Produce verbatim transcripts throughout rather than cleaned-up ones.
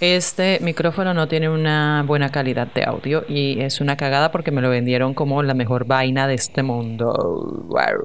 Este micrófono no tiene una buena calidad de audio y es una cagada porque me lo vendieron como la mejor vaina de este mundo. Wow.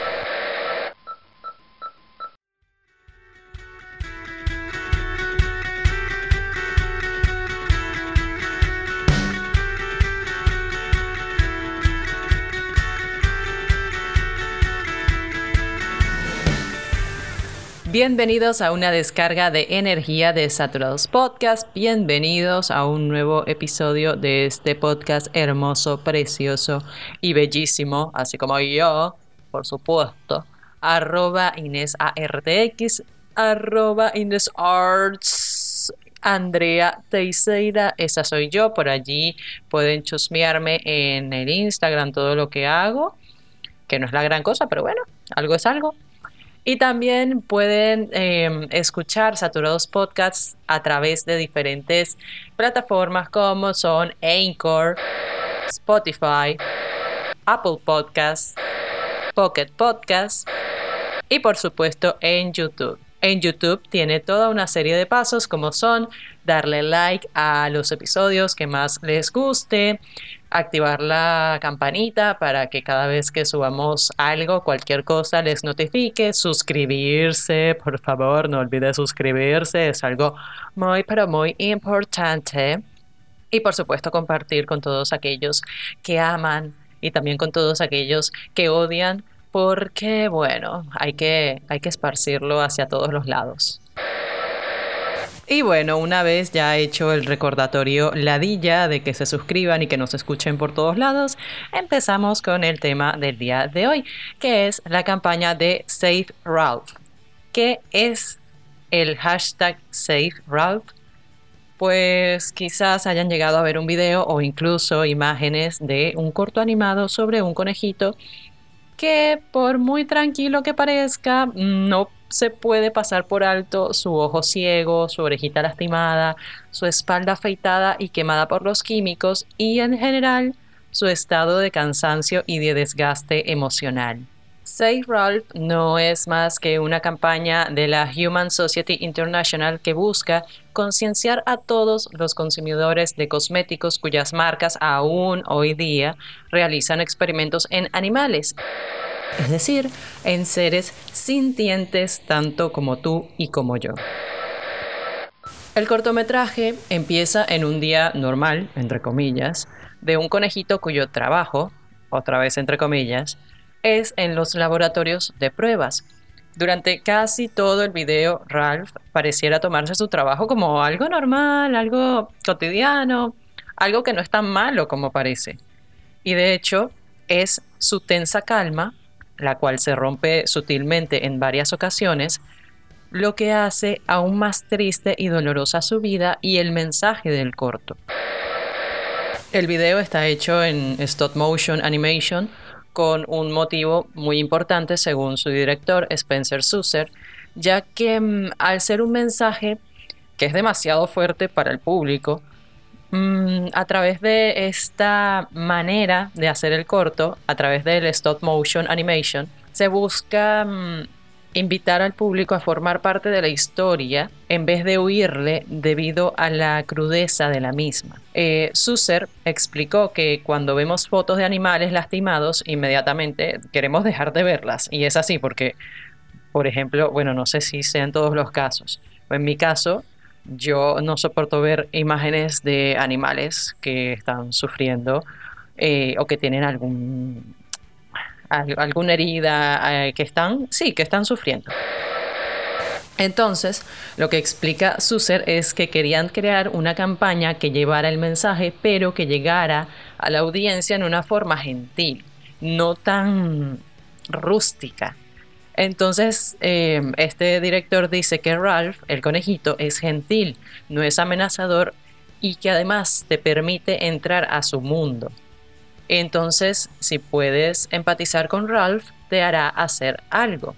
Bienvenidos a una descarga de energía de Saturados Podcast. Bienvenidos a un nuevo episodio de este podcast hermoso, precioso y bellísimo, así como yo, por supuesto. Arroba Inés A R T X, arroba Inés Arts, Andrea Teixeira, esa soy yo. Por allí pueden chusmearme en el Instagram todo lo que hago, que no es la gran cosa, pero bueno, algo es algo. Y también pueden eh, escuchar Saturados Podcasts a través de diferentes plataformas como son Anchor, Spotify, Apple Podcasts, Pocket Podcasts y por supuesto en YouTube. En YouTube tiene toda una serie de pasos como son darle like a los episodios que más les guste, activar la campanita para que cada vez que subamos algo, cualquier cosa, les notifique, suscribirse, por favor, no olvide suscribirse, es algo muy, pero muy importante. Y por supuesto compartir con todos aquellos que aman y también con todos aquellos que odian, porque bueno, hay que, hay que esparcirlo hacia todos los lados. Y bueno, una vez ya hecho el recordatorio ladilla de que se suscriban y que nos escuchen por todos lados, empezamos con el tema del día de hoy, que es la campaña de Save Ralph. ¿Qué es el hashtag Save Ralph? Pues quizás hayan llegado a ver un video o incluso imágenes de un corto animado sobre un conejito que, por muy tranquilo que parezca, no se puede pasar por alto su ojo ciego, su orejita lastimada, su espalda afeitada y quemada por los químicos y en general su estado de cansancio y de desgaste emocional. Save Ralph no es más que una campaña de la Human Society International que busca concienciar a todos los consumidores de cosméticos cuyas marcas aún hoy día realizan experimentos en animales, es decir, en seres sintientes tanto como tú y como yo. El cortometraje empieza en un día normal, entre comillas, de un conejito cuyo trabajo, otra vez entre comillas, es en los laboratorios de pruebas. Durante casi todo el video, Ralph pareciera tomarse su trabajo como algo normal, algo cotidiano, algo que no es tan malo como parece. Y de hecho, es su tensa calma, la cual se rompe sutilmente en varias ocasiones, lo que hace aún más triste y dolorosa su vida y el mensaje del corto. El video está hecho en stop motion animation, con un motivo muy importante según su director Spencer Susser, ya que mmm, al ser un mensaje que es demasiado fuerte para el público, mmm, a través de esta manera de hacer el corto, a través del stop motion animation, se busca mmm, invitar al público a formar parte de la historia en vez de huirle debido a la crudeza de la misma. Eh, Susser explicó que cuando vemos fotos de animales lastimados, inmediatamente queremos dejar de verlas. Y es así porque, por ejemplo, bueno, no sé si sea en todos los casos. En mi caso, yo no soporto ver imágenes de animales que están sufriendo eh, o que tienen algún... alguna herida, eh, que están, sí, que están sufriendo. Entonces, lo que explica Susser es que querían crear una campaña que llevara el mensaje, pero que llegara a la audiencia en una forma gentil, no tan rústica. Entonces, eh, este director dice que Ralph, el conejito, es gentil, no es amenazador y que además te permite entrar a su mundo. Entonces, si puedes empatizar con Ralph, te hará hacer algo.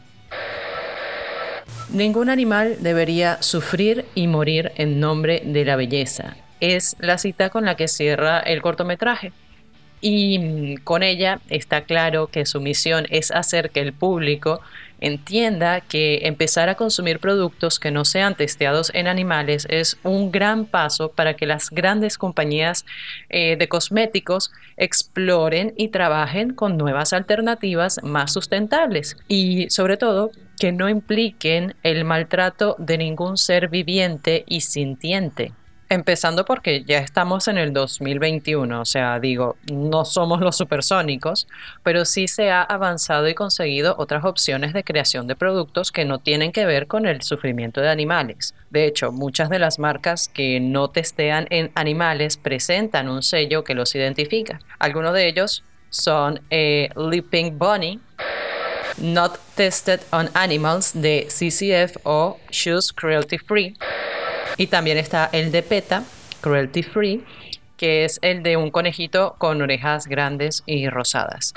Ningún animal debería sufrir y morir en nombre de la belleza. Es la cita con la que cierra el cortometraje. Y mm, con ella está claro que su misión es hacer que el público entienda que empezar a consumir productos que no sean testeados en animales es un gran paso para que las grandes compañías eh, de cosméticos exploren y trabajen con nuevas alternativas más sustentables y sobre todo que no impliquen el maltrato de ningún ser viviente y sintiente. Empezando porque ya estamos en el dos mil veintiuno, o sea, digo, no somos los supersónicos, pero sí se ha avanzado y conseguido otras opciones de creación de productos que no tienen que ver con el sufrimiento de animales. De hecho, muchas de las marcas que no testean en animales presentan un sello que los identifica. Algunos de ellos son eh, Leaping Bunny, Not Tested on Animals de C C F o Choose Cruelty Free. Y también está el de PETA, Cruelty Free, que es el de un conejito con orejas grandes y rosadas.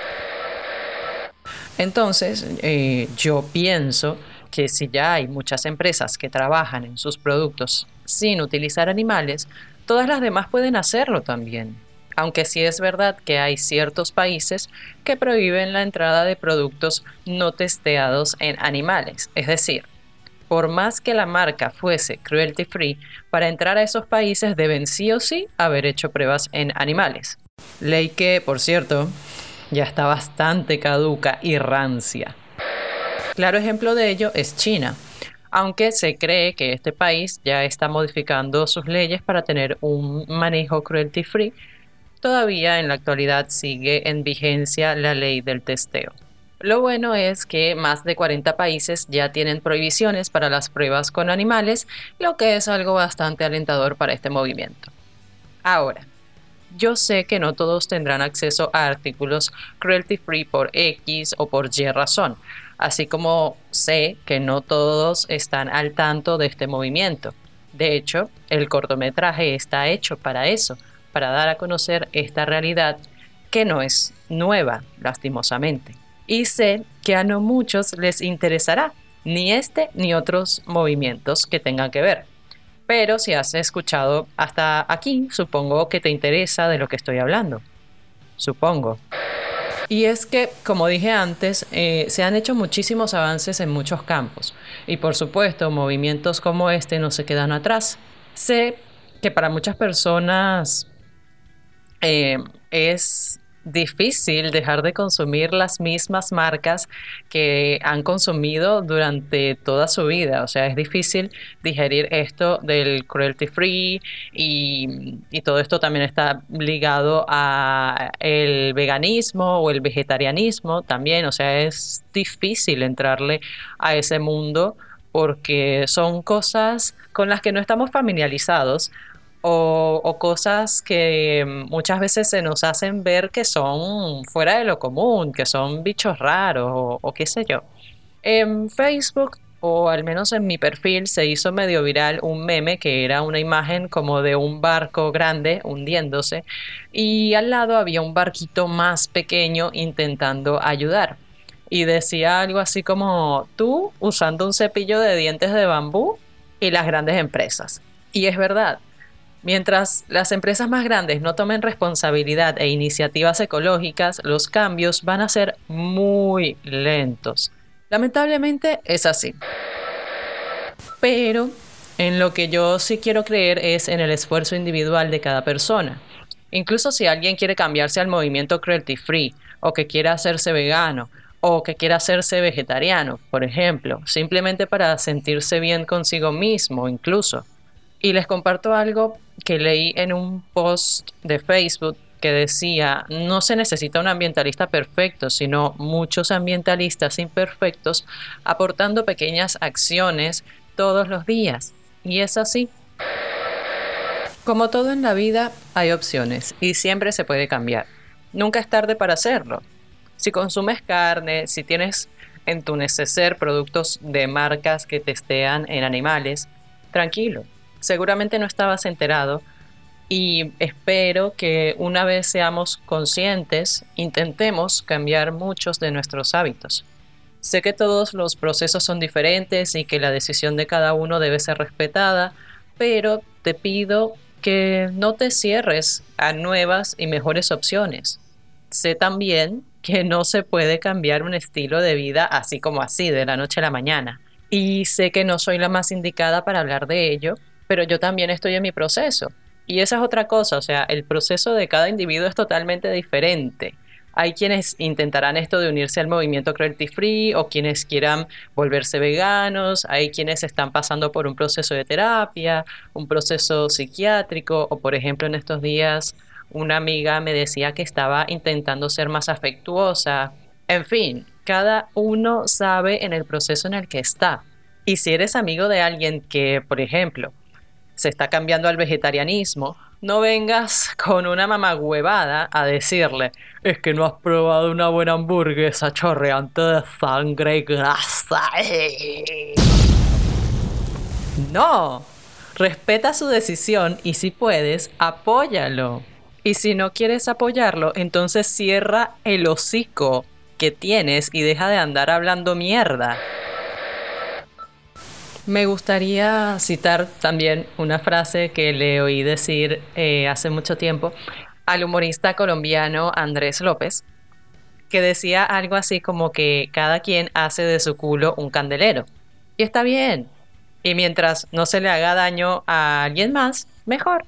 Entonces, eh, yo pienso que si ya hay muchas empresas que trabajan en sus productos sin utilizar animales, todas las demás pueden hacerlo también. Aunque sí es verdad que hay ciertos países que prohíben la entrada de productos no testeados en animales, es decir, por más que la marca fuese cruelty free, para entrar a esos países deben sí o sí haber hecho pruebas en animales. Ley que, por cierto, ya está bastante caduca y rancia. Claro ejemplo de ello es China, aunque se cree que este país ya está modificando sus leyes para tener un manejo cruelty free, todavía en la actualidad sigue en vigencia la ley del testeo. Lo bueno es que más de cuarenta países ya tienen prohibiciones para las pruebas con animales, lo que es algo bastante alentador para este movimiento. Ahora, yo sé que no todos tendrán acceso a artículos cruelty free por X o por Y razón, así como sé que no todos están al tanto de este movimiento. De hecho, el cortometraje está hecho para eso, para dar a conocer esta realidad que no es nueva, lastimosamente. Y sé que a no muchos les interesará ni este ni otros movimientos que tengan que ver. Pero si has escuchado hasta aquí, supongo que te interesa de lo que estoy hablando. Supongo. Y es que, como dije antes, eh, se han hecho muchísimos avances en muchos campos. Y por supuesto, movimientos como este no se quedan atrás. Sé que para muchas personas eh, es difícil dejar de consumir las mismas marcas que han consumido durante toda su vida. O sea, es difícil digerir esto del cruelty free y, y todo esto también está ligado a el veganismo o el vegetarianismo también. O sea, es difícil entrarle a ese mundo porque son cosas con las que no estamos familiarizados. O, o cosas que muchas veces se nos hacen ver que son fuera de lo común, que son bichos raros o, o qué sé yo. En Facebook, o al menos en mi perfil, se hizo medio viral un meme que era una imagen como de un barco grande hundiéndose y al lado había un barquito más pequeño intentando ayudar. Y decía algo así como tú usando un cepillo de dientes de bambú y las grandes empresas. Y es verdad. Mientras las empresas más grandes no tomen responsabilidad e iniciativas ecológicas, los cambios van a ser muy lentos. Lamentablemente es así. Pero en lo que yo sí quiero creer es en el esfuerzo individual de cada persona. Incluso si alguien quiere cambiarse al movimiento cruelty free, o que quiera hacerse vegano, o que quiera hacerse vegetariano, por ejemplo, simplemente para sentirse bien consigo mismo incluso. Y les comparto algo que leí en un post de Facebook que decía, no se necesita un ambientalista perfecto, sino muchos ambientalistas imperfectos aportando pequeñas acciones todos los días. Y es así. Como todo en la vida, hay opciones y siempre se puede cambiar. Nunca es tarde para hacerlo. Si consumes carne, si tienes en tu neceser productos de marcas que testean en animales, tranquilo. Seguramente no estabas enterado y espero que una vez seamos conscientes, intentemos cambiar muchos de nuestros hábitos. Sé que todos los procesos son diferentes y que la decisión de cada uno debe ser respetada, pero te pido que no te cierres a nuevas y mejores opciones. sé también que no se puede cambiar un estilo de vida así como así, de la noche a la mañana. Y sé que no soy la más indicada para hablar de ello, pero yo también estoy en mi proceso. Y esa es otra cosa, o sea, el proceso de cada individuo es totalmente diferente. Hay quienes intentarán esto de unirse al movimiento cruelty free o quienes quieran volverse veganos, hay quienes están pasando por un proceso de terapia, un proceso psiquiátrico o por ejemplo en estos días una amiga me decía que estaba intentando ser más afectuosa. En fin, cada uno sabe en el proceso en el que está. Y si eres amigo de alguien que, por ejemplo, se está cambiando al vegetarianismo, no vengas con una mamagüevada a decirle, es que no has probado una buena hamburguesa chorreante de sangre y grasa. No, respeta su decisión y si puedes, apóyalo. Y si no quieres apoyarlo, entonces cierra el hocico que tienes y deja de andar hablando mierda. Me gustaría citar también una frase que le oí decir eh, hace mucho tiempo al humorista colombiano Andrés López, que decía algo así como que cada quien hace de su culo un candelero. Y está bien. Y mientras no se le haga daño a alguien más, mejor.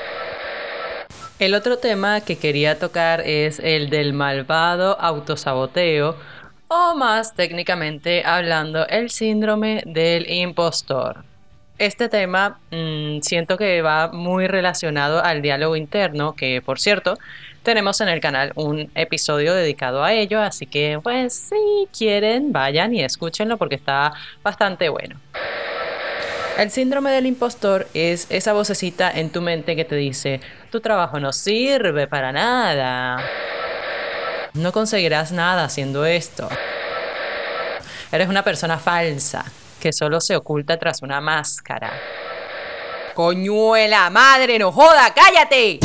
El otro tema que quería tocar es el del malvado autosaboteo, o más técnicamente hablando, el síndrome del impostor. Este tema mmm, siento que va muy relacionado al diálogo interno, que por cierto, tenemos en el canal un episodio dedicado a ello, así que pues si quieren vayan y escúchenlo porque está bastante bueno. El síndrome del impostor es esa vocecita en tu mente que te dice, tu trabajo no sirve para nada, no conseguirás nada haciendo esto, eres una persona falsa que solo se oculta tras una máscara. ¡Coñuela madre, no joda, cállate!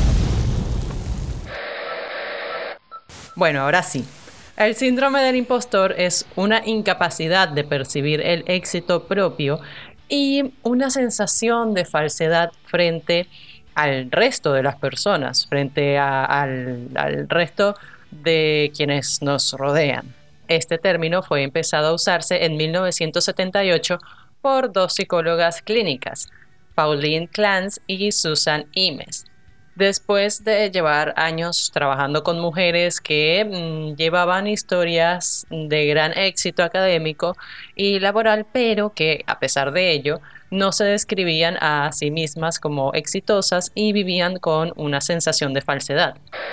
Bueno, ahora sí. El síndrome del impostor es una incapacidad de percibir el éxito propio y una sensación de falsedad frente al resto de las personas, frente a, al, al resto de quienes nos rodean. Este término fue empezado a usarse en mil novecientos setenta y ocho por dos psicólogas clínicas, Pauline Clance y Susan Imes. Después de llevar años trabajando con mujeres que mmm, llevaban historias de gran éxito académico y laboral, pero que a pesar de ello no se describían a sí mismas como exitosas y vivían con una sensación de falsedad.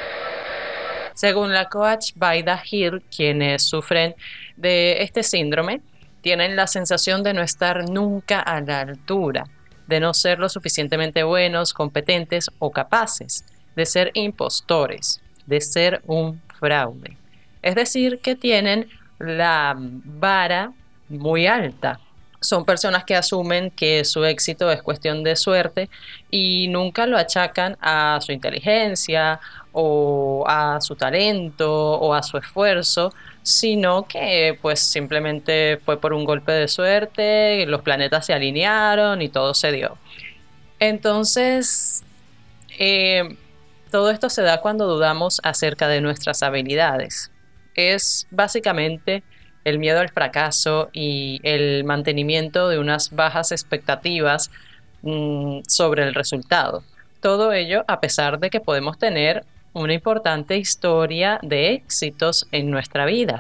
Según la coach Vaida Hill, quienes sufren de este síndrome tienen la sensación de no estar nunca a la altura, de no ser lo suficientemente buenos, competentes o capaces, de ser impostores, de ser un fraude. Es decir, que tienen la vara muy alta. Son personas que asumen que su éxito es cuestión de suerte y nunca lo achacan a su inteligencia o a su talento o a su esfuerzo, sino que pues simplemente fue por un golpe de suerte, los planetas se alinearon y todo se dio. Entonces, eh, todo esto se da cuando dudamos acerca de nuestras habilidades. Es básicamente el miedo al fracaso y el mantenimiento de unas bajas expectativas mmm, sobre el resultado. Todo ello a pesar de que podemos tener una importante historia de éxitos en nuestra vida.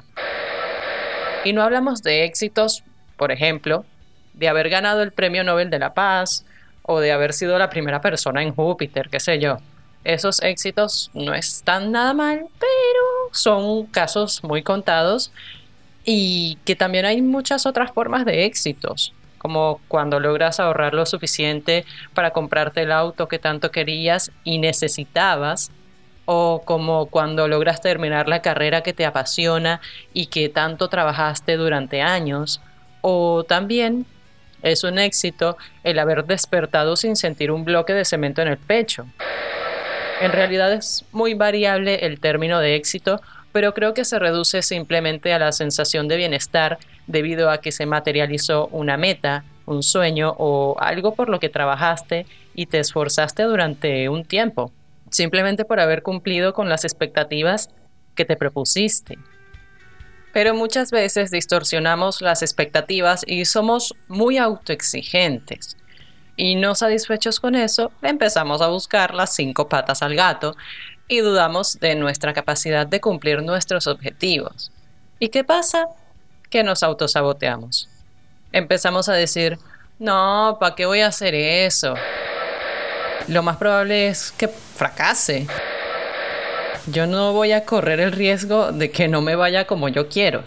Y no hablamos de éxitos, por ejemplo, de haber ganado el Premio Nobel de la Paz o de haber sido la primera persona en Júpiter, qué sé yo. Esos éxitos no están nada mal, pero son casos muy contados y que también hay muchas otras formas de éxitos, como cuando logras ahorrar lo suficiente para comprarte el auto que tanto querías y necesitabas, o como cuando logras terminar la carrera que te apasiona y que tanto trabajaste durante años, o también es un éxito el haber despertado sin sentir un bloque de cemento en el pecho. En realidad es muy variable el término de éxito, pero creo que se reduce simplemente a la sensación de bienestar debido a que se materializó una meta, un sueño o algo por lo que trabajaste y te esforzaste durante un tiempo. simplemente por haber cumplido con las expectativas que te propusiste. Pero muchas veces distorsionamos las expectativas y somos muy autoexigentes. Y no satisfechos con eso, empezamos a buscar las cinco patas al gato y dudamos de nuestra capacidad de cumplir nuestros objetivos. ¿Y qué pasa? Que nos autosaboteamos. Empezamos a decir, no, ¿para qué voy a hacer eso? Lo más probable es que fracase. Yo no voy a correr el riesgo de que no me vaya como yo quiero.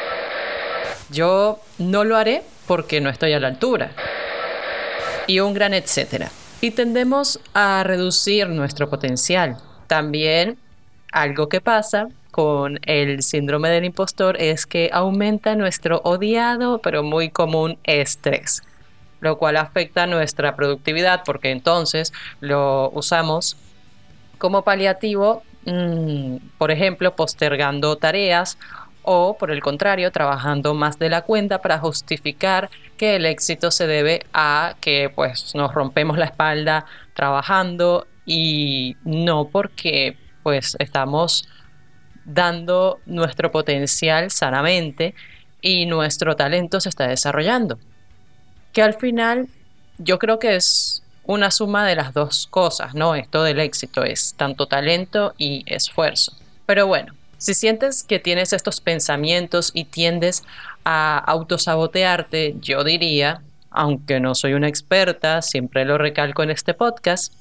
Yo no lo haré porque no estoy a la altura. Y un gran etcétera. Y tendemos a reducir nuestro potencial. También algo que pasa con el síndrome del impostor es que aumenta nuestro odiado pero muy común estrés, lo cual afecta nuestra productividad porque entonces lo usamos como paliativo, mmm, por ejemplo, postergando tareas o, por el contrario, trabajando más de la cuenta para justificar que el éxito se debe a que pues nos rompemos la espalda trabajando y no porque pues estamos dando nuestro potencial sanamente y nuestro talento se está desarrollando. Que al final yo creo que es una suma de las dos cosas, ¿no? Esto del éxito es tanto talento y esfuerzo. Pero bueno, si sientes que tienes estos pensamientos y tiendes a autosabotearte, yo diría, aunque no soy una experta, siempre lo recalco en este podcast,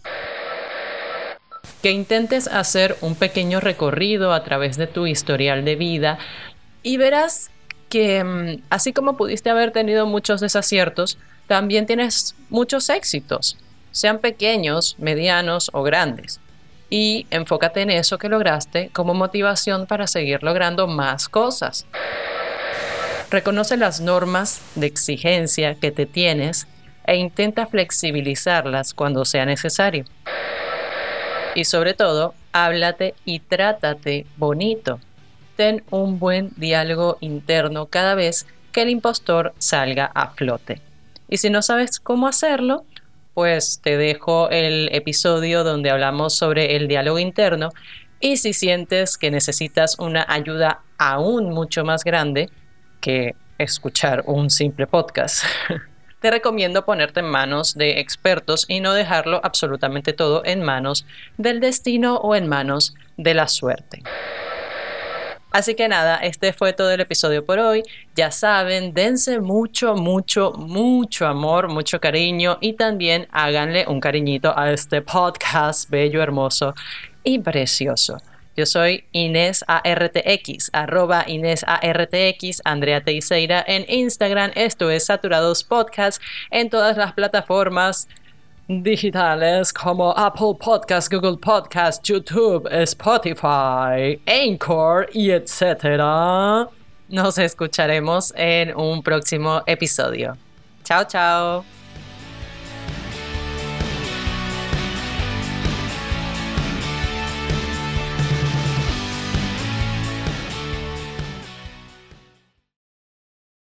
que intentes hacer un pequeño recorrido a través de tu historial de vida y verás que así como pudiste haber tenido muchos desaciertos, también tienes muchos éxitos, sean pequeños, medianos o grandes. Y enfócate en eso que lograste como motivación para seguir logrando más cosas. Reconoce las normas de exigencia que te tienes e intenta flexibilizarlas cuando sea necesario. Y sobre todo, háblate y trátate bonito. Ten un buen diálogo interno cada vez que el impostor salga a flote. Y si no sabes cómo hacerlo, pues te dejo el episodio donde hablamos sobre el diálogo interno. Y si sientes que necesitas una ayuda aún mucho más grande que escuchar un simple podcast, te recomiendo ponerte en manos de expertos y no dejarlo absolutamente todo en manos del destino o en manos de la suerte. Así que nada, este fue todo el episodio por hoy. Ya saben, dense mucho, mucho, mucho amor, mucho cariño y también háganle un cariñito a este podcast bello, hermoso y precioso. Yo soy Inés A R T X, arroba Inés A R T X, Andrea Teixeira en Instagram. Esto es Saturados Podcast en todas las plataformas digitales como Apple Podcast, Google Podcast, YouTube, Spotify, Anchor y etcétera. Nos escucharemos en un próximo episodio. Chao, chao.